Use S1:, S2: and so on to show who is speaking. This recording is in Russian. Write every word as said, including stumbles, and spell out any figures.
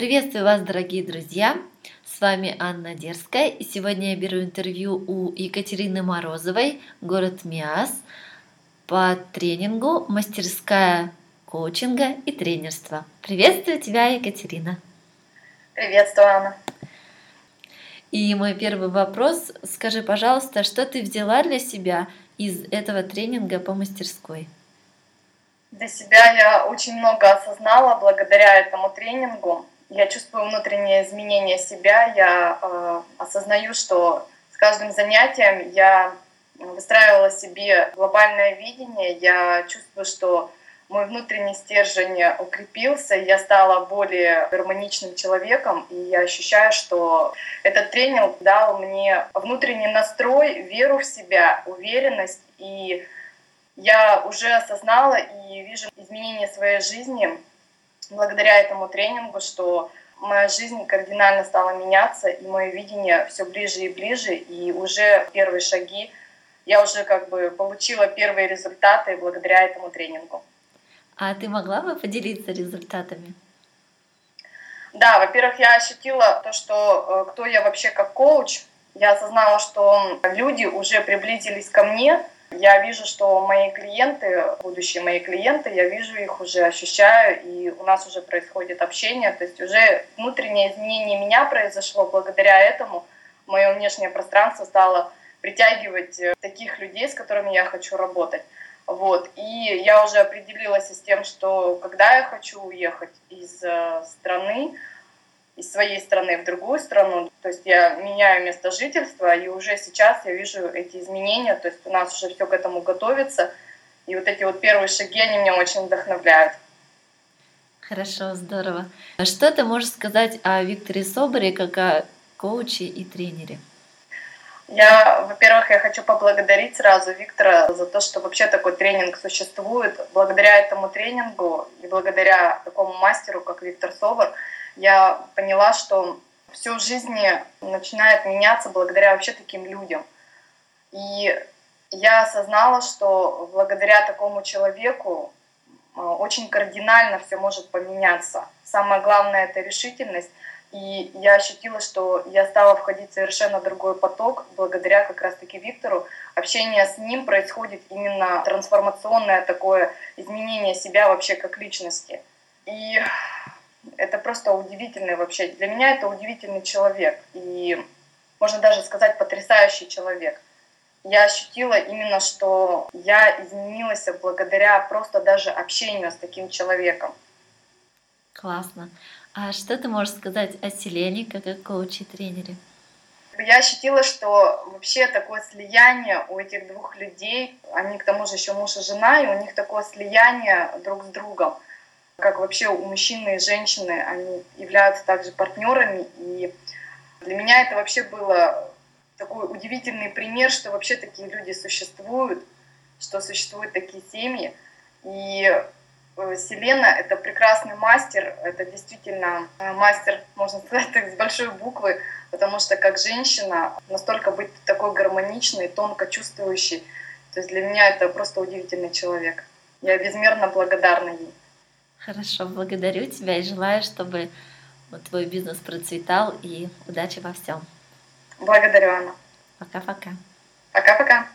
S1: Приветствую вас, дорогие друзья! С вами Анна Дерская, и сегодня я беру интервью у Екатерины Морозовой, город Миас, по тренингу «Мастерская коучинга и тренерства». Приветствую тебя, Екатерина!
S2: Приветствую, Анна!
S1: И мой первый вопрос. Скажи, пожалуйста, что ты взяла для себя из этого тренинга по мастерской?
S2: Для себя я очень много осознала благодаря этому тренингу. Я чувствую внутреннее изменение себя, я э, осознаю, что с каждым занятием я выстраивала себе глобальное видение, я чувствую, что мой внутренний стержень укрепился, я стала более гармоничным человеком, и я ощущаю, что этот тренинг дал мне внутренний настрой, веру в себя, уверенность, и я уже осознала и вижу изменения своей жизни благодаря этому тренингу, что моя жизнь кардинально стала меняться, и мое видение все ближе и ближе, и уже первые шаги, я уже как бы получила первые результаты благодаря этому тренингу.
S1: А ты могла бы поделиться результатами?
S2: Да, во-первых, я ощутила то, что кто я вообще как коуч. Я осознала, что люди уже приблизились ко мне. Я вижу, что мои клиенты, будущие мои клиенты, я вижу их уже, ощущаю, и у нас уже происходит общение. То есть уже внутреннее изменение меня произошло. Благодаря этому мое внешнее пространство стало притягивать таких людей, с которыми я хочу работать. Вот. И я уже определилась с тем, что когда я хочу уехать из страны, из своей страны в другую страну, то есть я меняю место жительства, и уже сейчас я вижу эти изменения, то есть у нас уже все к этому готовится, и вот эти вот первые шаги, они меня очень вдохновляют.
S1: Хорошо, здорово. А что ты можешь сказать о Викторе Соборе как о коуче и тренере?
S2: Я, во-первых, я хочу поблагодарить сразу Виктора за то, что вообще такой тренинг существует. Благодаря этому тренингу и благодаря такому мастеру, как Виктор Собор, я поняла, что все в жизни начинает меняться благодаря вообще таким людям. И я осознала, что благодаря такому человеку очень кардинально все может поменяться. Самое главное — это решительность. И я ощутила, что я стала входить в совершенно другой поток благодаря как раз-таки Виктору. Общение с ним происходит именно трансформационное такое изменение себя вообще как личности. И это просто удивительный вообще. Для меня это удивительный человек. И можно даже сказать, потрясающий человек. Я ощутила именно, что я изменилась благодаря просто даже общению с таким человеком.
S1: Классно. А что ты можешь сказать о Селене, как о коуче и тренере?
S2: Я ощутила, что вообще такое слияние у этих двух людей, они к тому же еще муж и жена, и у них такое слияние друг с другом, как вообще у мужчины и женщины, они являются также партнерами. И для меня это вообще было такой удивительный пример, что вообще такие люди существуют, что существуют такие семьи. И Селена — это прекрасный мастер, это действительно мастер, можно сказать так, с большой буквы, потому что как женщина настолько быть такой гармоничной, тонко чувствующей, то есть для меня это просто удивительный человек. Я безмерно благодарна ей.
S1: Хорошо, благодарю тебя и желаю, чтобы твой бизнес процветал, и удачи во всем.
S2: Благодарю, Анна.
S1: Пока-пока.
S2: Пока-пока.